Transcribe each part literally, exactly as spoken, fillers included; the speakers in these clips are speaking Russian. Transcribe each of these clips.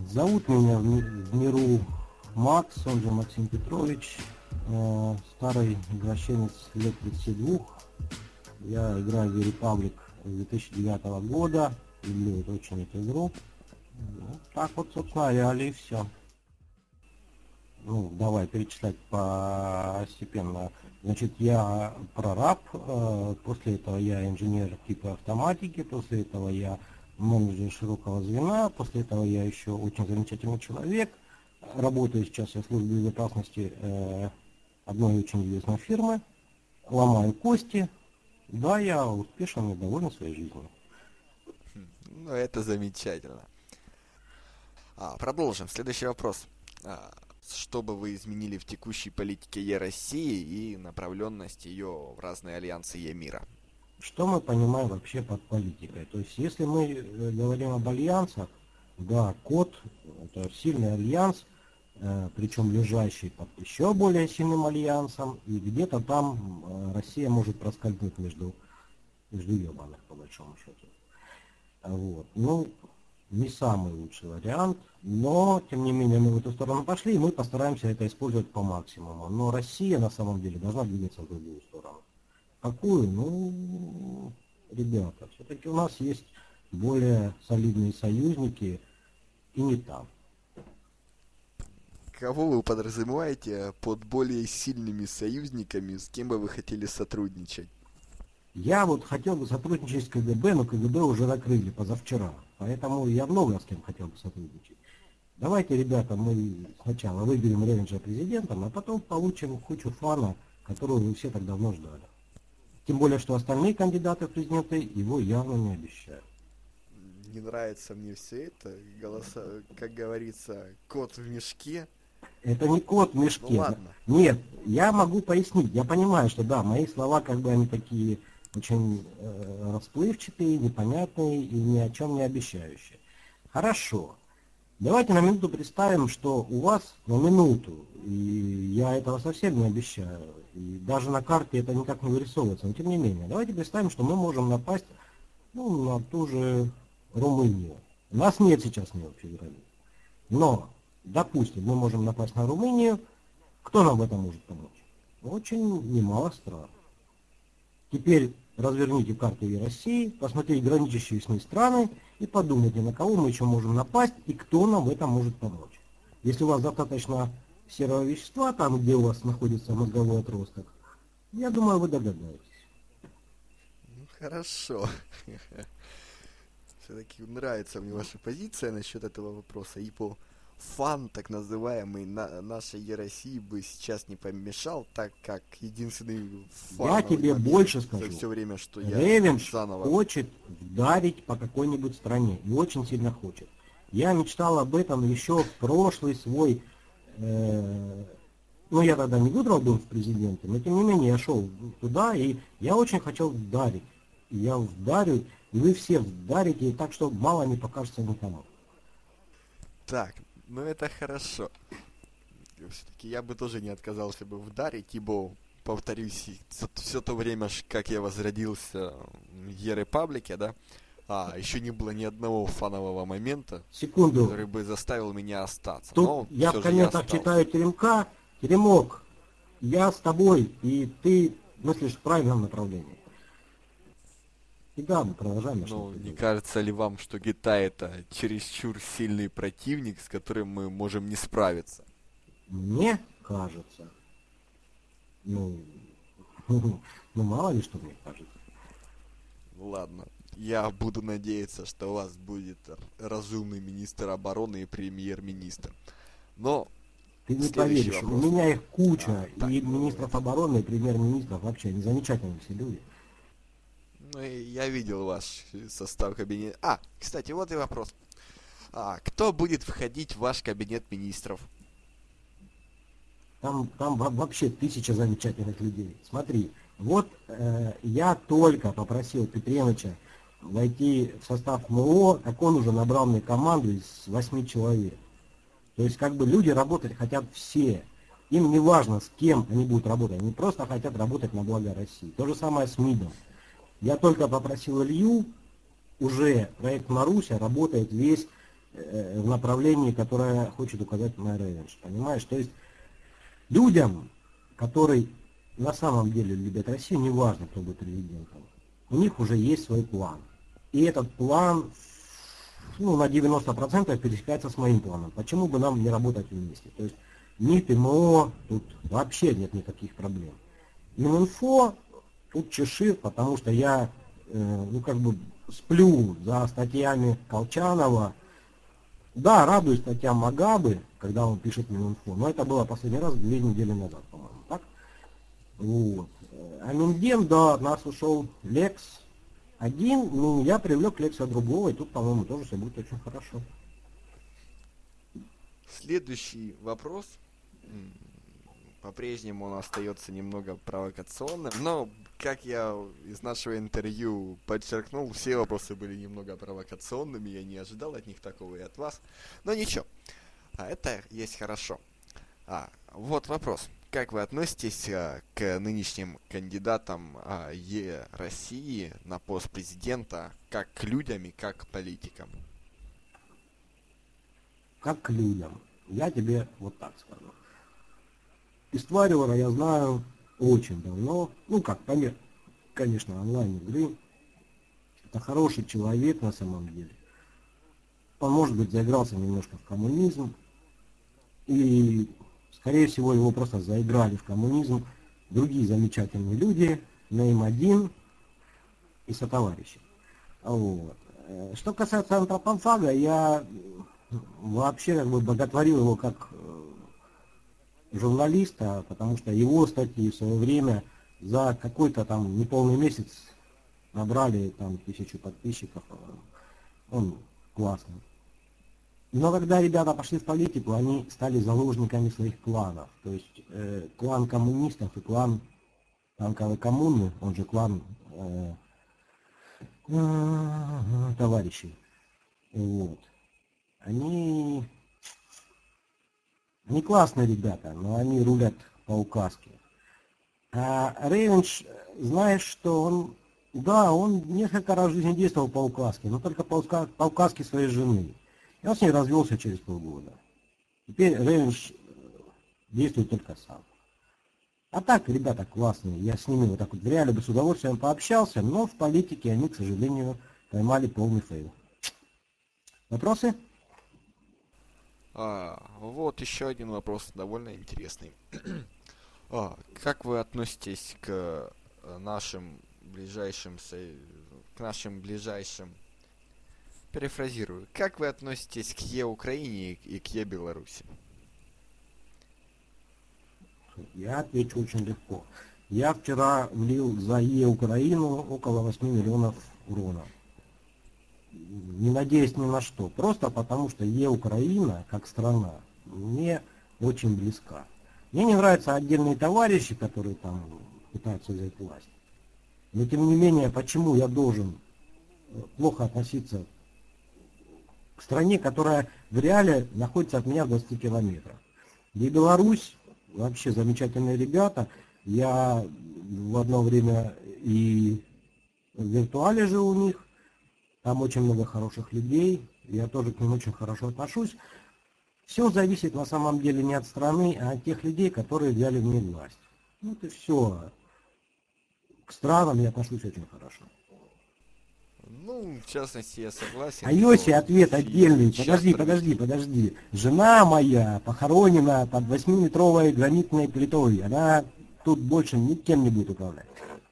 Зовут меня в, ми- в миру Макс, он же Максим Петрович, э, старый извращенец лет тридцати двух. Я играю в Republic с две тысячи девятого года, люблю это очень эту игру. Ну, так вот, собственно, реалии все. Ну, давай перечислять постепенно. Значит, я прораб, э, после этого я инженер типа автоматики, после этого я менеджер широкого звена, после этого я еще очень замечательный человек. Работаю сейчас я в службе безопасности э, одной очень известной фирмы, ломаю кости. Да, я успешен и доволен своей жизнью. Ну, это замечательно. А, продолжим. Следующий вопрос. А, что бы вы изменили в текущей политике Е России и направленность ее в разные альянсы Е мира? Что мы понимаем вообще под политикой? То есть, если мы э, говорим об альянсах, да, КОТ– это сильный альянс, э, причем лежащий под еще более сильным альянсом, и где-то там э, Россия может проскользнуть между, между ебаных, по большому счету. Вот. Ну, не самый лучший вариант, но, тем не менее, мы в эту сторону пошли, и мы постараемся это использовать по максимуму. Но Россия, на самом деле, должна двигаться в другую сторону. Какую? Ну, ребята, все-таки у нас есть более солидные союзники, и не там. Кого вы подразумеваете под более сильными союзниками, с кем бы вы хотели сотрудничать? Я вот хотел бы сотрудничать с КГБ, но КГБ уже закрыли позавчера, поэтому я много с кем хотел бы сотрудничать. Давайте, ребята, мы сначала выберем ревенджа президентом, а потом получим кучу фана, которую вы все так давно ждали. Тем более, что остальные кандидаты в президенты его явно не обещают. Не нравится мне все это. Голоса, как говорится, кот в мешке. Это не кот в Ну мешке. ладно. Нет, я могу пояснить. Я понимаю, что да, мои слова как бы они такие очень э, расплывчатые, непонятные и ни о чем не обещающие. Хорошо. Давайте на минуту представим, что у вас на минуту, и я этого совсем не обещаю, и даже на карте это никак не вырисовывается, но тем не менее, давайте представим, что мы можем напасть ну, на ту же Румынию. У нас нет сейчас ни общей границы. Но, допустим, мы можем напасть на Румынию, кто нам в этом может помочь? Очень немало стран. Теперь разверните карту России, посмотрите граничащие с ней страны и подумайте, на кого мы еще можем напасть и кто нам в этом может помочь. Если у вас достаточно серого вещества, там, где у вас находится мозговой отросток, я думаю, вы догадаетесь. Ну, хорошо. Все-таки нравится мне ваша позиция насчет этого вопроса. И по фан, так называемый, на нашей Е России бы сейчас не помешал, так как единственный Я фановый тебе момент больше за скажу. все время, что я Ревенш заново... хочет вдарить по какой-нибудь стране. И очень сильно хочет. Я мечтал об этом еще в прошлый свой... Э, ну, я тогда не выбрал был в президенты, но тем не менее я шел туда, и я очень хотел вдарить. И я вдарю, и вы все вдарите, и так что мало не покажется никому. Так, ну это хорошо. Все-таки я бы тоже не отказался бы вдарить, ибо, повторюсь, за все то время, как я возродился в Е-Репаблике, да, а, еще не было ни одного фанового момента, Секунду. который бы заставил меня остаться. Тут Но я все в же я комментах остался. читаю Теремка. Теремок, я с тобой, и ты мыслишь в правильном направлении. И да, мы продолжаем наш Ну, не разговор. кажется ли вам, что Китай это чересчур сильный противник, с которым мы можем не справиться? Мне кажется, ну, ну мало ли что мне кажется. Ладно, я буду надеяться, что у вас будет разумный министр обороны и премьер-министр. Но Ты не следующий поверишь, у вопрос. меня их куча, А, так, и ну, министров обороны, и премьер-министров вообще, они замечательные все люди. ну, я видел ваш состав кабинета. А, кстати, вот и вопрос. А, кто будет входить в ваш кабинет министров? Там, там вообще тысяча замечательных людей. Смотри, вот э, я только попросил Петреныча войти в состав МО, как он уже набрал мне команду из восьми человек. То есть как бы люди работать хотят все. Им не важно, с кем они будут работать. Они просто хотят работать на благо России. То же самое с МИДом. Я только попросил Илью, уже проект Маруся работает весь э, в направлении, которое хочет указать Мэр Ревенш. Понимаешь? То есть людям, которые на самом деле любят Россию, неважно, кто будет президентом, у них уже есть свой план. И этот план, ну, на девяносто процентов пересекается с моим планом. Почему бы нам не работать вместе? То есть ни ПМО, тут вообще нет никаких проблем. Мининфо тут чеши, потому что я, э, ну, как бы сплю за статьями Колчанова. Да, радуюсь статьям Магабы, когда он пишет Мининфо, но это было последний раз две недели назад, по-моему, так? Вот. А Минген, да, от нас ушел Лекс один, ну, я привлек Лекса другого, и тут, по-моему, тоже все будет очень хорошо. Следующий вопрос. По-прежнему он остается немного провокационным, но, как я из нашего интервью подчеркнул, все вопросы были немного провокационными, я не ожидал от них такого и от вас, но ничего, а это есть хорошо. А, вот вопрос. Как вы относитесь а, к нынешним кандидатам а, Е России на пост президента, как к людям и как к политикам? Как к людям. Я тебе вот так скажу. Иствариора я знаю очень давно, ну как, помимо, конечно, онлайн-игры. Это хороший человек на самом деле. Он, может быть, заигрался немножко в коммунизм, и, скорее всего, его просто заиграли в коммунизм другие замечательные люди, Нейм один и сотоварищи. Вот. Что касается антропофага, я вообще как бы боготворил его как журналиста, потому что его статьи в свое время за какой-то там неполный месяц набрали там тысячу подписчиков. Он классный. Но когда ребята пошли в политику, они стали заложниками своих кланов. То есть э, клан коммунистов и клан танковой коммуны, он же клан э, э, товарищей. Вот. Они, они классные ребята, но они рулят по указке. А Ревенш, знаешь, что он, да, он несколько раз в жизни действовал по указке, но только по, по указке своей жены. И он с ней развелся через полгода. Теперь Ревенш действует только сам. А так, ребята классные, я с ними вот так вот в реале бы с удовольствием пообщался, но в политике они, к сожалению, поймали полный фейл. Вопросы? А, вот еще один вопрос, довольно интересный. а, как вы относитесь к нашим ближайшим, к нашим ближайшим, перефразирую, как вы относитесь к Е-Украине и к Е-Беларуси? Я отвечу очень легко. Я вчера влил за Е-Украину около восьми миллионов урона. Не надеясь ни на что. Просто потому, что Е-Украина, как страна, мне очень близка. Мне не нравятся отдельные товарищи, которые там пытаются взять власть. Но тем не менее, почему я должен плохо относиться к стране, которая в реале находится от меня в двадцати километрах? И Беларусь, вообще замечательные ребята. Я в одно время и в виртуале жил у них. Там очень много хороших людей. Я тоже к ним очень хорошо отношусь. Все зависит на самом деле не от страны, а от тех людей, которые взяли в ней власть. Вот и все. К странам я отношусь очень хорошо. Ну, в частности, я согласен. А Йоси ответ отдельный. Часто Подожди, подожди, видим. подожди. Жена моя похоронена под восьмиметровой гранитной плитой. Она тут больше никем не будет управлять.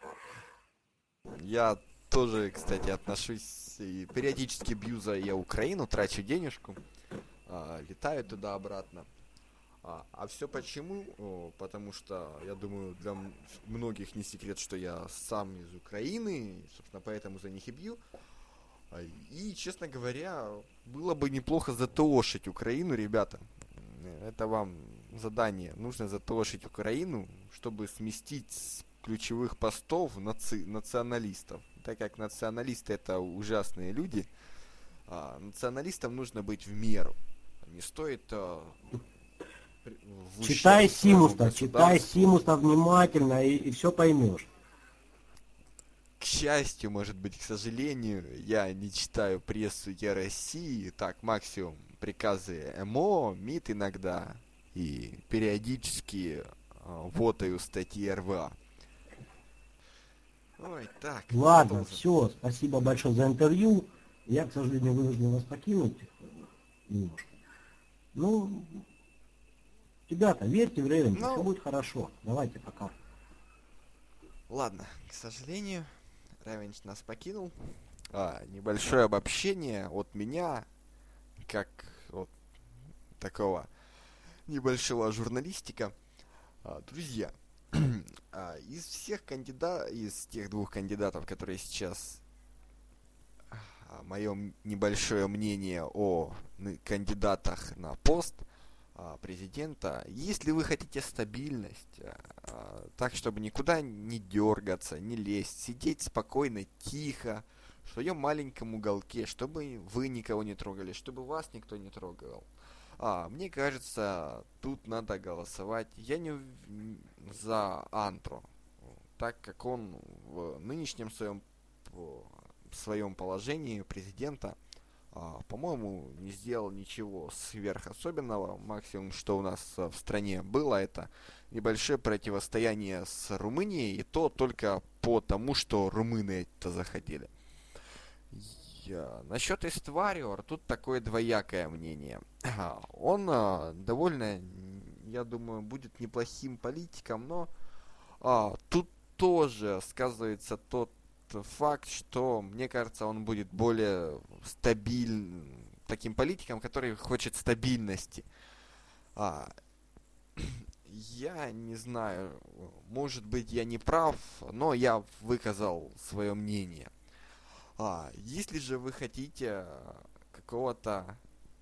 Я тоже, кстати, отношусь и периодически бью за я Украину, трачу денежку, а, летаю туда-обратно. А, а все почему? О, потому что, я думаю, для многих не секрет, что я сам из Украины, и, собственно, поэтому за них и бью. И, честно говоря, было бы неплохо затошить Украину, ребята. Это вам задание. Нужно затошить Украину, чтобы сместить с ключевых постов наци- националистов. Так как националисты это ужасные люди, а националистам нужно быть в меру. Не стоит а, в Читай ущерб своему Симуса, читай государству. Симуса внимательно и, и все поймешь. к счастью, может быть, к сожалению, я не читаю прессу Е России, так, максимум приказы МО, МИД иногда, и периодически э, вотаю статьи Р В А. Ой, так, Ладно, продолжим. все, спасибо большое за интервью. Я, к сожалению, вынужден вас покинуть э, немножко. Ну, ребята, верьте в Ревенджа, все Ну, будет хорошо. Давайте, пока. ладно, к сожалению, Ревенч нас покинул. А, небольшое обобщение от меня, как вот такого небольшого журналистика. А, друзья, а, из всех кандидатов, из тех двух кандидатов, которые сейчас, а, мое небольшое мнение о ны- кандидатах на пост а, президента, если вы хотите стабильность, а, так чтобы никуда не дергаться, не лезть, сидеть спокойно, тихо, в своем маленьком уголке, чтобы вы никого не трогали, чтобы вас никто не трогал. А, мне кажется, тут надо голосовать. Я не ув- за Антро, так как он в нынешнем своем, в своем положении президента, а, по-моему, не сделал ничего сверхособенного. Максимум, что у нас а, в стране было, это небольшое противостояние с Румынией, и то только потому, что румыны это заходили. Я... Насчет Иствариор, тут такое двоякое мнение. А, Он а, довольно, я думаю, будет неплохим политиком, но а, тут тоже сказывается тот факт, что, мне кажется, он будет более стабильным, таким политиком, который хочет стабильности. А, я не знаю, может быть, я не прав, но я выказал свое мнение. А, если же вы хотите какого-то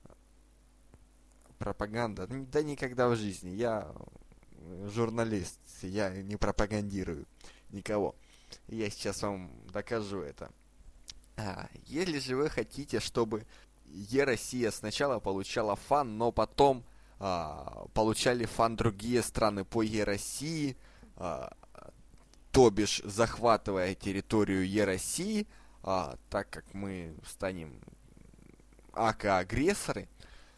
пропаганда, да никогда в жизни, я журналист, я не пропагандирую никого. Я сейчас вам докажу это. А, если же вы хотите, чтобы Е Россия сначала получала фан, но потом а, получали фан другие страны по Е России, а, то бишь захватывая территорию Е России, а, так как мы станем ака-агрессоры,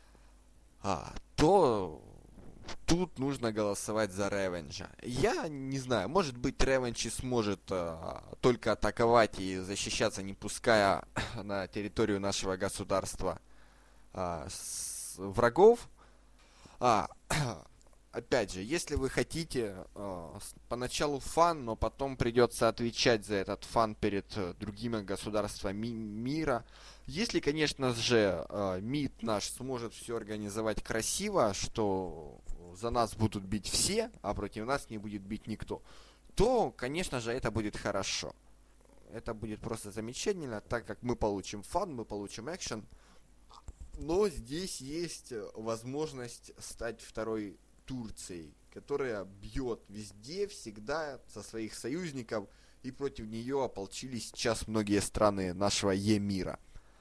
а, то тут нужно голосовать за Ревенджа. Я не знаю, может быть Ревенж и сможет а, только атаковать и защищаться, не пуская на территорию нашего государства а, с врагов. А, опять же, если вы хотите э, поначалу фан, но потом придется отвечать за этот фан перед э, другими государствами ми- мира. Если, конечно же, э, МИД наш сможет все организовать красиво, что за нас будут бить все, а против нас не будет бить никто, то, конечно же, это будет хорошо. Это будет просто замечательно, так как мы получим фан, мы получим экшен. Но здесь есть возможность стать второй Турцией, которая бьет везде, всегда, со своих союзников, и против нее ополчились сейчас многие страны нашего Е-мира.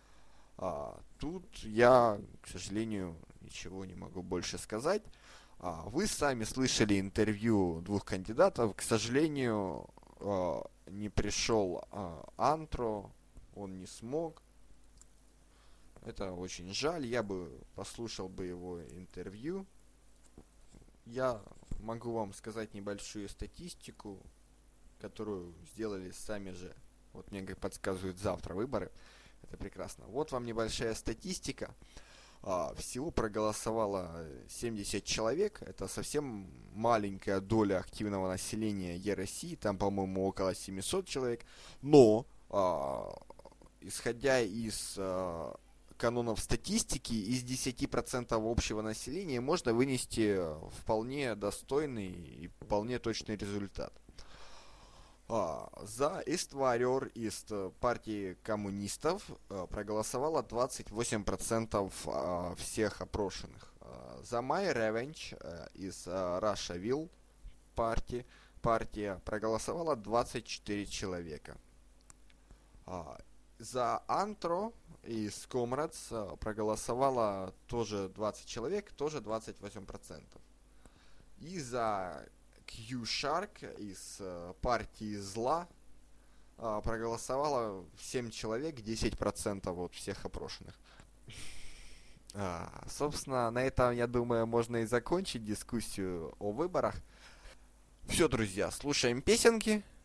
А, тут я, к сожалению, ничего не могу больше сказать. А, вы сами слышали интервью двух кандидатов. К сожалению, а, не пришел а, Антро, он не смог. Это очень жаль, я бы послушал бы его интервью. Я могу вам сказать небольшую статистику, которую сделали сами же. Вот мне как подсказывают завтра выборы. Это прекрасно. Вот вам небольшая статистика. А, всего проголосовало семьдесят человек. Это совсем маленькая доля активного населения Е России. Там, по-моему, около семьсот человек. Но, а, исходя из а, канонов статистики, из десяти процентов общего населения можно вынести вполне достойный и вполне точный результат. А, за Иствариор из партии коммунистов а, проголосовало двадцать восемь процентов а, всех опрошенных. А, за My Revenge а, из а, Russia Will партии, партия проголосовало двадцать четыре человека. А, за Антро из Комрадс проголосовало тоже двадцать человек, тоже двадцать восемь процентов. И за Q-Shark из партии Зла А, проголосовало семь человек, десять процентов от всех опрошенных. А, собственно, на этом, я думаю, можно и закончить дискуссию о выборах. Все, друзья, слушаем песенки.